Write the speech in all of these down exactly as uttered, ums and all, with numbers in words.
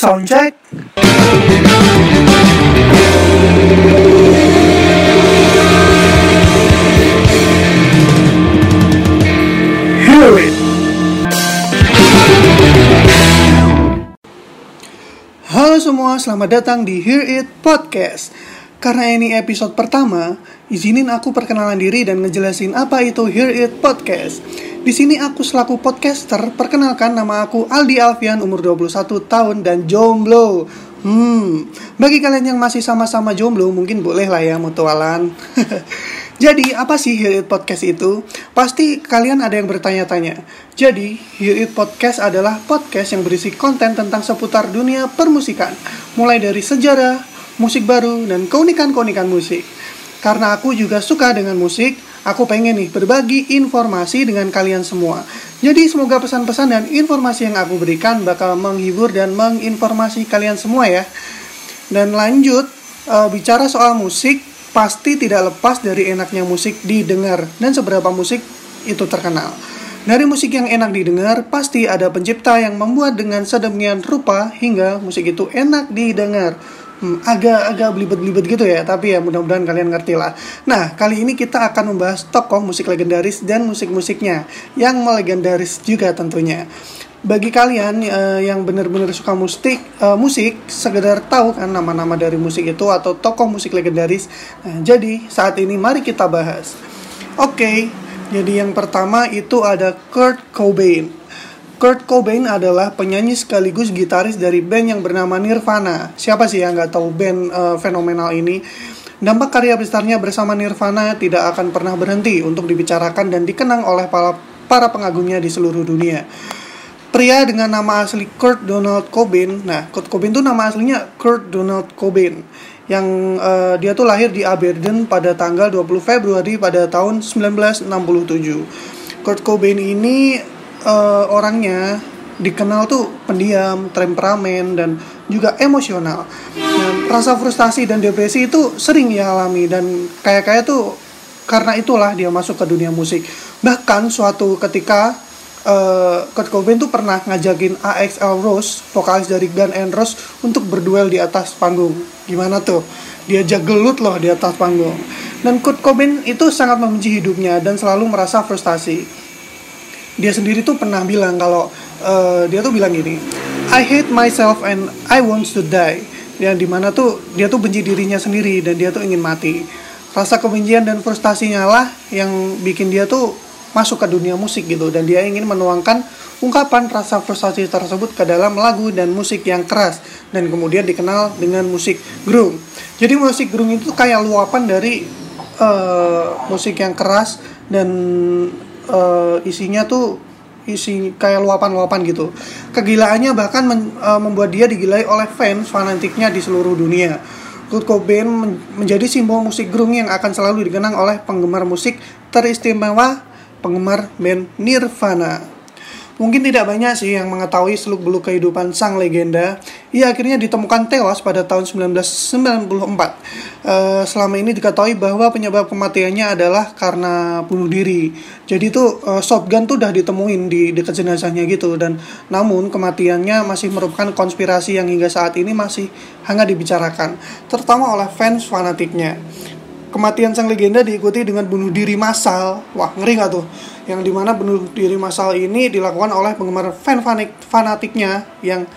Soundcheck. Hear it. Halo semua, selamat datang di Hear It Podcast. Karena ini episode pertama, izinin aku perkenalan diri dan ngejelasin apa itu Hear It Podcast. Di sini aku selaku podcaster, perkenalkan nama aku Aldi Alfian, umur dua puluh satu tahun dan jomblo. Hmm, bagi kalian yang masih sama-sama jomblo, mungkin boleh lah ya mutualan. Jadi, apa sih Hear It Podcast itu? Pasti kalian ada yang bertanya-tanya. Jadi, Hear It Podcast adalah podcast yang berisi konten tentang seputar dunia permusikan, mulai dari sejarah, musik baru, dan keunikan-keunikan musik. Karena aku juga suka dengan musik, aku pengen nih berbagi informasi dengan kalian semua. Jadi semoga pesan-pesan dan informasi yang aku berikan bakal menghibur dan menginformasi kalian semua ya. Dan lanjut, e, bicara soal musik, pasti tidak lepas dari enaknya musik didengar dan seberapa musik itu terkenal. Dari musik yang enak didengar, pasti ada pencipta yang membuat dengan sedemikian rupa hingga musik itu enak didengar. Hmm, agak-agak belibet-belibet gitu ya, tapi ya mudah-mudahan kalian ngerti lah. Nah, kali ini kita akan membahas tokoh musik legendaris dan musik-musiknya yang melegendaris juga tentunya. Bagi kalian uh, yang benar-benar suka musik, uh, musik, sekedar tahu kan nama-nama dari musik itu atau tokoh musik legendaris. Nah, jadi saat ini mari kita bahas. Oke, okay, jadi yang pertama itu ada Kurt Cobain. Kurt Cobain adalah penyanyi sekaligus gitaris dari band yang bernama Nirvana. Siapa sih yang nggak tahu band uh, fenomenal ini? Dampak karya besarnya bersama Nirvana tidak akan pernah berhenti untuk dibicarakan dan dikenang oleh para, para pengagumnya di seluruh dunia. Pria dengan nama asli Kurt Donald Cobain, nah Kurt Cobain itu nama aslinya Kurt Donald Cobain, yang uh, dia tuh lahir di Aberdeen pada tanggal dua puluh Februari pada tahun sembilan belas enam puluh tujuh. Kurt Cobain ini Uh, orangnya dikenal tuh pendiam, temperamen, dan juga emosional. Dan rasa frustasi dan depresi itu sering ia alami, dan kayak-kayak tuh karena itulah dia masuk ke dunia musik. Bahkan suatu ketika uh, Kurt Cobain tuh pernah ngajakin Axl Rose, vokalis dari Guns N' Roses, untuk berduel di atas panggung. Gimana tuh? Dia jagelut loh di atas panggung. Dan Kurt Cobain itu sangat membenci hidupnya dan selalu merasa frustasi. Dia sendiri tuh pernah bilang kalau uh, dia tuh bilang gini, I hate myself and I want to die. Yang dimana tuh dia tuh benci dirinya sendiri dan dia tuh ingin mati. Rasa kebencian dan frustasinya lah yang bikin dia tuh masuk ke dunia musik gitu, dan dia ingin menuangkan ungkapan rasa frustasi tersebut ke dalam lagu dan musik yang keras, dan kemudian dikenal dengan musik grunge. Jadi musik grunge itu kayak luapan dari uh, musik yang keras dan Uh, isinya tuh isi kayak luapan-luapan gitu. Kegilaannya bahkan men, uh, membuat dia digilai oleh fans fanatiknya di seluruh dunia. Kurt Cobain men- menjadi simbol musik grunge yang akan selalu dikenang oleh penggemar musik teristimewa penggemar band Nirvana. Mungkin tidak banyak sih yang mengetahui seluk-beluk kehidupan sang legenda. Ia akhirnya ditemukan tewas pada tahun sembilan belas sembilan puluh empat. Uh, selama ini diketahui bahwa penyebab kematiannya adalah karena bunuh diri. Jadi tuh uh, shotgun tuh udah ditemuin di dekat jenazahnya gitu, dan namun kematiannya masih merupakan konspirasi yang hingga saat ini masih hangat dibicarakan, terutama oleh fans fanatiknya. Kematian sang legenda diikuti dengan bunuh diri massal. Wah, ngeri gak tuh? Yang dimana bunuh diri massal ini dilakukan oleh penggemar fan fanatiknya yang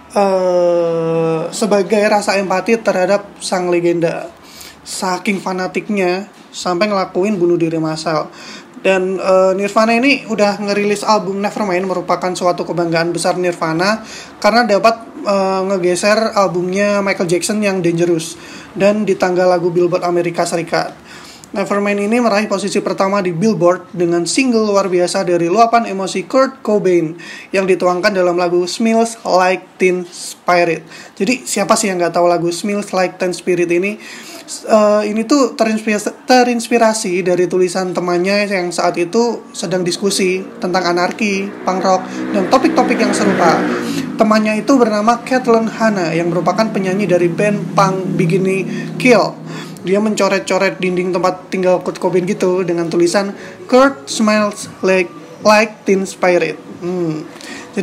uh, sebagai rasa empati terhadap sang legenda. Saking fanatiknya sampai ngelakuin bunuh diri massal. Dan uh, Nirvana ini udah ngerilis album Nevermind, merupakan suatu kebanggaan besar Nirvana karena dapat uh, ngegeser albumnya Michael Jackson yang Dangerous dan di tangga lagu Billboard Amerika Serikat. Nevermind ini meraih posisi pertama di Billboard dengan single luar biasa dari luapan emosi Kurt Cobain yang dituangkan dalam lagu Smells Like Teen Spirit. Jadi siapa sih yang gak tahu lagu Smells Like Teen Spirit ini? Uh, ini tuh terinspirasi, terinspirasi dari tulisan temannya yang saat itu sedang diskusi tentang anarki, punk rock, dan topik-topik yang serupa. Temannya itu bernama Kathleen Hanna yang merupakan penyanyi dari band punk Bikini Kill. Dia mencoret-coret dinding tempat tinggal Kurt Cobain gitu dengan tulisan Kurt smells like like Teen Spirit. Hmm. Jadi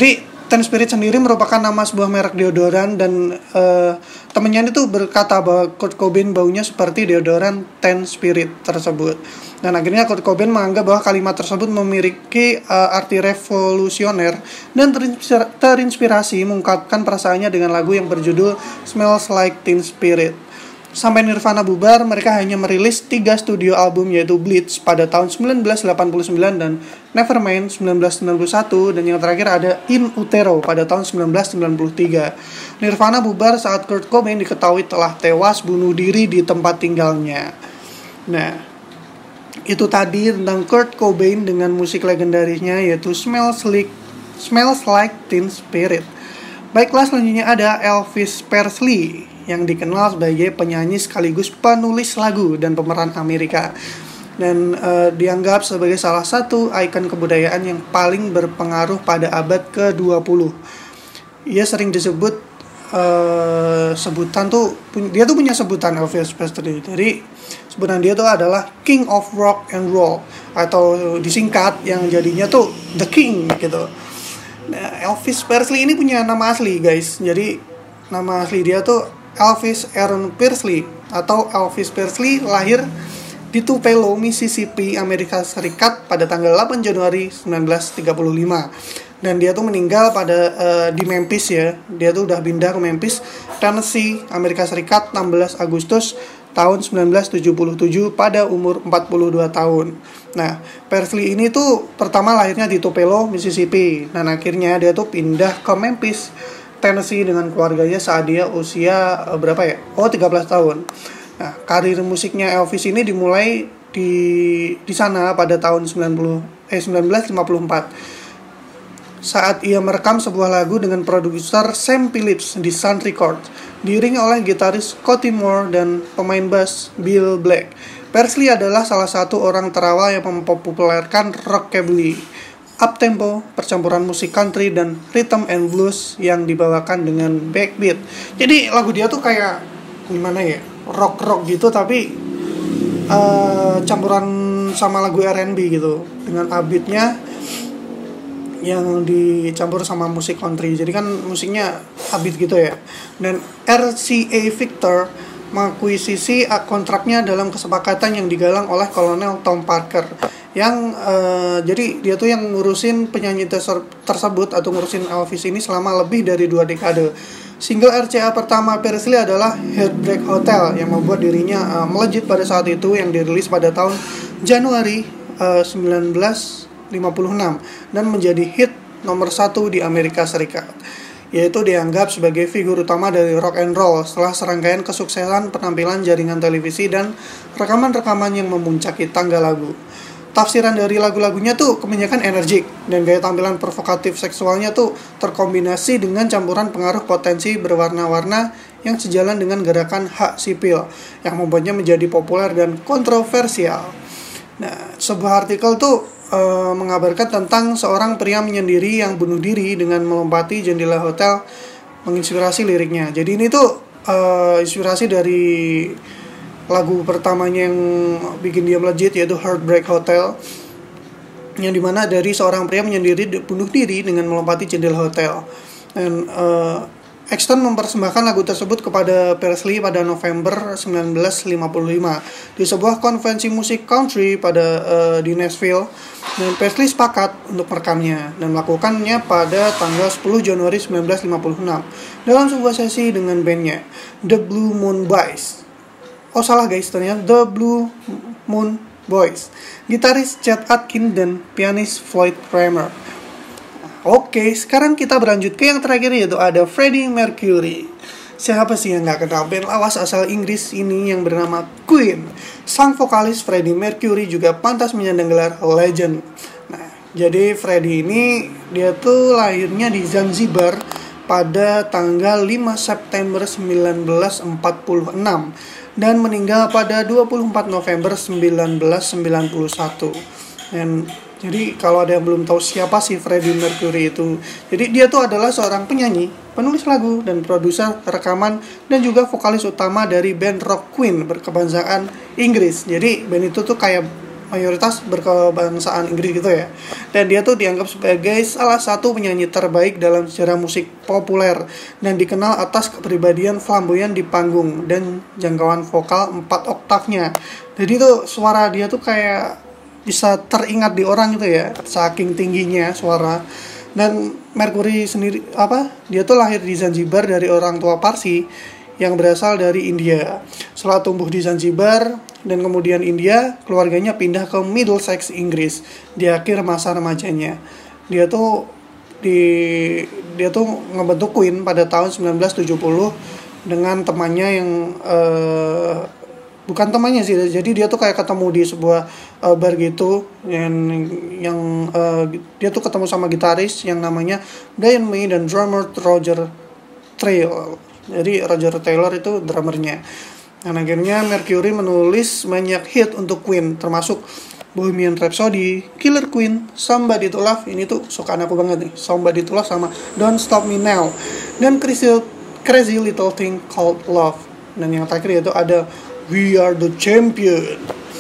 Teen Spirit sendiri merupakan nama sebuah merek deodoran dan uh, temennya itu berkata bahwa Kurt Cobain baunya seperti deodoran Teen Spirit tersebut. Dan akhirnya Kurt Cobain menganggap bahwa kalimat tersebut memiliki uh, arti revolusioner dan terinspirasi, terinspirasi mengungkapkan perasaannya dengan lagu yang berjudul Smells Like Teen Spirit. Sampai Nirvana bubar, mereka hanya merilis tiga studio album, yaitu Bleach pada tahun sembilan belas delapan puluh sembilan dan Nevermind sembilan belas sembilan puluh satu, dan yang terakhir ada In Utero pada tahun sembilan belas sembilan puluh tiga. Nirvana bubar saat Kurt Cobain diketahui telah tewas bunuh diri di tempat tinggalnya. Nah, itu tadi tentang Kurt Cobain dengan musik legendarisnya yaitu Smells Like, Smells Like Teen Spirit. Baiklah, selanjutnya ada Elvis Presley yang dikenal sebagai penyanyi sekaligus penulis lagu dan pemeran Amerika, dan uh, dianggap sebagai salah satu ikon kebudayaan yang paling berpengaruh pada abad ke dua puluh. Ia sering disebut uh, sebutan tuh dia tuh punya sebutan Elvis Presley. Jadi sebutan dia tuh adalah King of Rock and Roll, atau disingkat yang jadinya tuh The King gitu. Nah, Elvis Presley ini punya nama asli, guys. Jadi nama asli dia tuh Elvis Aaron Presley atau Elvis Presley, lahir di Tupelo, Mississippi, Amerika Serikat pada tanggal delapan Januari sembilan belas tiga puluh lima. Dan dia tuh meninggal pada uh, di Memphis ya. Dia tuh udah pindah ke Memphis, Tennessee, Amerika Serikat enam belas Agustus tahun sembilan belas tujuh puluh tujuh pada umur empat puluh dua tahun. Nah, Presley ini tuh pertama lahirnya di Tupelo, Mississippi. Dan akhirnya dia tuh pindah ke Memphis, Tennessee dengan keluarganya saat dia usia uh, berapa ya? Oh, tiga belas tahun. Nah, karir musiknya Elvis ini dimulai di di sana pada tahun sembilan puluh eh sembilan belas lima puluh empat. Saat ia merekam sebuah lagu dengan produser Sam Phillips di Sun Records, diiringi oleh gitaris Scotty Moore dan pemain bass Bill Black. Presley adalah salah satu orang terawal yang mempopulerkan rockabilly, uptempo, percampuran musik country dan rhythm and blues yang dibawakan dengan backbeat. Jadi lagu dia tuh kayak gimana ya, rock-rock gitu tapi uh, campuran sama lagu R and B gitu, dengan upbeatnya yang dicampur sama musik country. Jadi kan musiknya upbeat gitu ya. Dan R C A Victor mengakuisisi kontraknya dalam kesepakatan yang digalang oleh Kolonel Tom Parker, yang uh, jadi dia tuh yang ngurusin penyanyi terse- tersebut atau ngurusin Elvis ini selama lebih dari dua dekade. Single R C A pertama Presley adalah Heartbreak Hotel yang membuat dirinya uh, melejit pada saat itu, yang dirilis pada tahun Januari uh, sembilan belas lima puluh enam dan menjadi hit nomor satu di Amerika Serikat. Yaitu dianggap sebagai figur utama dari rock and roll setelah serangkaian kesuksesan penampilan jaringan televisi dan rekaman-rekaman yang memuncaki tangga lagu. Tafsiran dari lagu-lagunya tuh kebanyakan energik, dan gaya tampilan provokatif seksualnya tuh terkombinasi dengan campuran pengaruh potensi berwarna-warna yang sejalan dengan gerakan hak sipil yang membuatnya menjadi populer dan kontroversial. Nah, sebuah artikel tuh Uh, mengabarkan tentang seorang pria menyendiri yang bunuh diri dengan melompati jendela hotel, menginspirasi liriknya. Jadi ini tuh uh, inspirasi dari lagu pertamanya yang bikin dia melejit, yaitu Heartbreak Hotel, yang dimana dari seorang pria menyendiri bunuh diri dengan melompati jendela hotel. Dan uh, Exton mempersembahkan lagu tersebut kepada Presley pada November sembilan belas lima puluh lima di sebuah konvensi musik country pada uh, di Nashville, dan Presley sepakat untuk merekamnya dan melakukannya pada tanggal sepuluh Januari sembilan belas lima puluh enam dalam sebuah sesi dengan bandnya The Blue Moon Boys. Oh salah guys, ternyata The Blue Moon Boys, gitaris Chet Atkins dan pianis Floyd Cramer. Oke, sekarang kita berlanjut ke yang terakhir, yaitu ada Freddie Mercury. Siapa sih yang gak kenal band lawas asal Inggris ini yang bernama Queen? Sang vokalis Freddie Mercury juga pantas menyandang gelar legend. Nah, jadi Freddie ini dia tuh lahirnya di Zanzibar pada tanggal lima September sembilan belas empat puluh enam dan meninggal pada dua puluh empat November sembilan belas sembilan puluh satu. Dan jadi kalau ada yang belum tahu siapa sih Freddie Mercury itu, jadi dia tuh adalah seorang penyanyi, penulis lagu, dan produser rekaman, dan juga vokalis utama dari band rock Queen berkebangsaan Inggris. Jadi band itu tuh kayak mayoritas berkebangsaan Inggris gitu ya. Dan dia tuh dianggap sebagai salah satu penyanyi terbaik dalam sejarah musik populer dan dikenal atas kepribadian flamboyan di panggung dan jangkauan vokal empat oktavnya. Jadi tuh suara dia tuh kayak bisa teringat di orang gitu ya, saking tingginya suara. Dan Mercury sendiri apa? Dia tuh lahir di Zanzibar dari orang tua Parsi yang berasal dari India. Setelah tumbuh di Zanzibar dan kemudian India, keluarganya pindah ke Middlesex, Inggris di akhir masa remajanya. Dia tuh di dia tuh ngebentuk Queen pada tahun sembilan belas tujuh puluh dengan temannya yang uh, bukan temannya sih, jadi dia tuh kayak ketemu di sebuah uh, bar gitu yang yang uh, dia tuh ketemu sama gitaris yang namanya Brian May dan drummer Roger Taylor. Jadi Roger Taylor itu drummernya. Dan akhirnya Mercury menulis banyak hit untuk Queen, termasuk Bohemian Rhapsody, Killer Queen, Somebody to Love, ini tuh sukaan aku banget nih, Somebody to Love sama Don't Stop Me Now, dan Crazy, Crazy Little Thing Called Love. Dan yang terakhir yaitu ada We Are the Champion.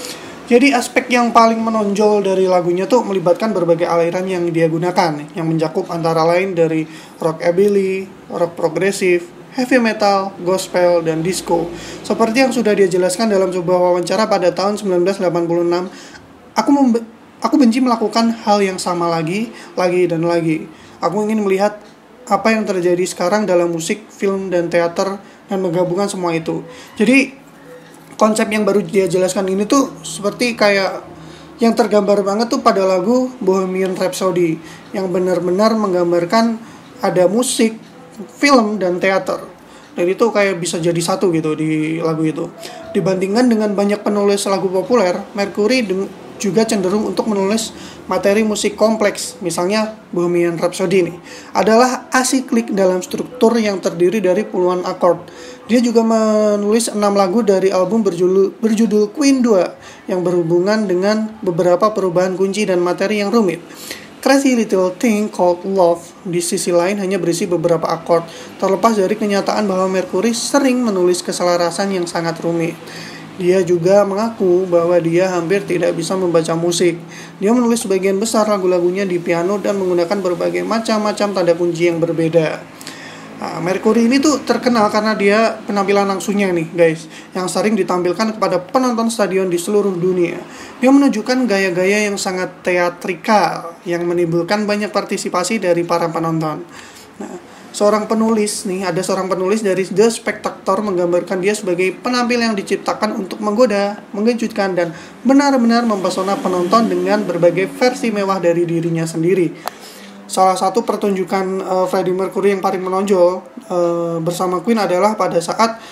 Jadi aspek yang paling menonjol dari lagunya tuh melibatkan berbagai aliran yang dia gunakan, yang mencakup antara lain dari rockabilly, rock progresif, heavy metal, gospel, dan disco. Seperti yang sudah dia jelaskan dalam sebuah wawancara pada tahun sembilan belas delapan puluh enam, aku membe- aku benci melakukan hal yang sama lagi, lagi dan lagi. Aku ingin melihat apa yang terjadi sekarang dalam musik, film, dan teater, dan menggabungkan semua itu. Jadi konsep yang baru dia jelaskan ini tuh seperti kayak yang tergambar banget tuh pada lagu Bohemian Rhapsody, yang benar-benar menggambarkan ada musik, film, dan teater. Dan itu kayak bisa jadi satu gitu di lagu itu. Dibandingkan dengan banyak penulis lagu populer, Mercury de- juga cenderung untuk menulis materi musik kompleks. Misalnya Bohemian Rhapsody ini adalah asiklik dalam struktur yang terdiri dari puluhan akord. Dia juga menulis enam lagu dari album berjudul, berjudul Queen dua yang berhubungan dengan beberapa perubahan kunci dan materi yang rumit. Crazy Little Thing Called Love di sisi lain hanya berisi beberapa akord, terlepas dari kenyataan bahwa Mercury sering menulis keselarasan yang sangat rumit. Dia juga mengaku bahwa dia hampir tidak bisa membaca musik. Dia menulis sebagian besar lagu-lagunya di piano dan menggunakan berbagai macam-macam tanda kunci yang berbeda. Nah, Mercury ini tuh terkenal karena dia penampilan langsungnya nih guys, yang sering ditampilkan kepada penonton stadion di seluruh dunia. Dia menunjukkan gaya-gaya yang sangat teatrikal yang menimbulkan banyak partisipasi dari para penonton. Nah, seorang penulis nih, ada seorang penulis dari The Spectator menggambarkan dia sebagai penampil yang diciptakan untuk menggoda, mengejutkan, dan benar-benar mempesona penonton dengan berbagai versi mewah dari dirinya sendiri. Salah satu pertunjukan uh, Freddie Mercury yang paling menonjol uh, bersama Queen adalah pada saat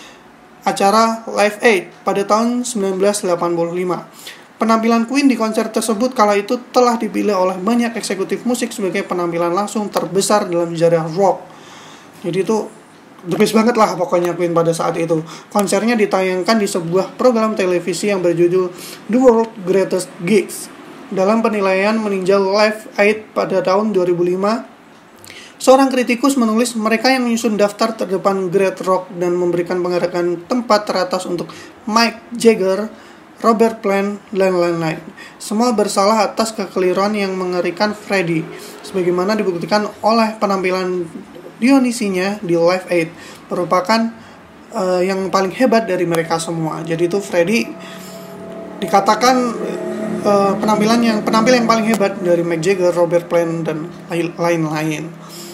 acara Live Aid pada tahun sembilan belas delapan puluh lima. Penampilan Queen di konser tersebut kala itu telah dipilih oleh banyak eksekutif musik sebagai penampilan langsung terbesar dalam sejarah rock. Jadi itu the best banget lah pokoknya Queen pada saat itu. Konsernya ditayangkan di sebuah program televisi yang berjudul The World's Greatest Gigs. Dalam penilaian meninjau Live Aid pada tahun dua ribu lima, seorang kritikus menulis mereka yang menyusun daftar terdepan Great Rock dan memberikan penghargaan tempat teratas untuk Mick Jagger, Robert Plant, dan lain-lain. Semua bersalah atas kekeliruan yang mengerikan Freddie, sebagaimana dibuktikan oleh penampilan Dionisinya di Live Aid, merupakan uh, yang paling hebat dari mereka semua. Jadi itu Freddie dikatakan uh, penampilan yang penampil yang paling hebat dari Mick Jagger, Robert Plant, dan lain-lain.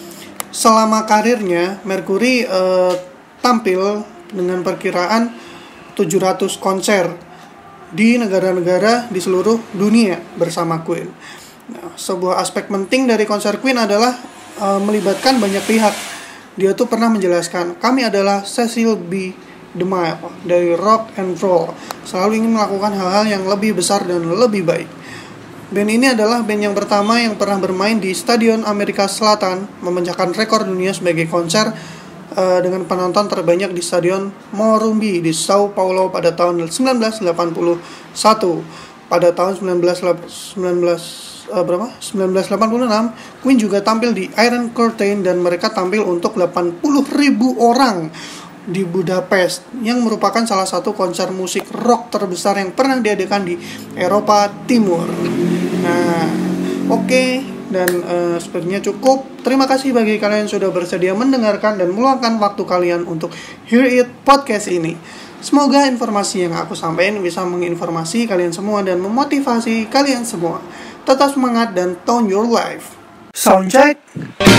Selama karirnya, Mercury uh, tampil dengan perkiraan tujuh ratus konser di negara-negara di seluruh dunia bersama Queen. Nah, sebuah aspek penting dari konser Queen adalah uh, melibatkan banyak pihak. Dia tuh pernah menjelaskan, kami adalah Cecil B. DeMille dari Rock and Roll, selalu ingin melakukan hal-hal yang lebih besar dan lebih baik. Band ini adalah band yang pertama yang pernah bermain di Stadion Amerika Selatan, memecahkan rekor dunia sebagai konser uh, dengan penonton terbanyak di Stadion Morumbi di Sao Paulo pada tahun sembilan belas delapan puluh satu. Pada tahun sembilan belas delapan puluh enam, Queen juga tampil di Iron Curtain dan mereka tampil untuk delapan puluh ribu orang. di Budapest, yang merupakan salah satu konser musik rock terbesar yang pernah diadakan di Eropa Timur. Nah, oke, okay. dan uh, sepertinya cukup. Terima kasih bagi kalian yang sudah bersedia mendengarkan dan meluangkan waktu kalian untuk Hear It Podcast ini. Semoga informasi yang aku sampaikan bisa menginformasi kalian semua dan memotivasi kalian semua. Tetap semangat dan tone your life. Sound check.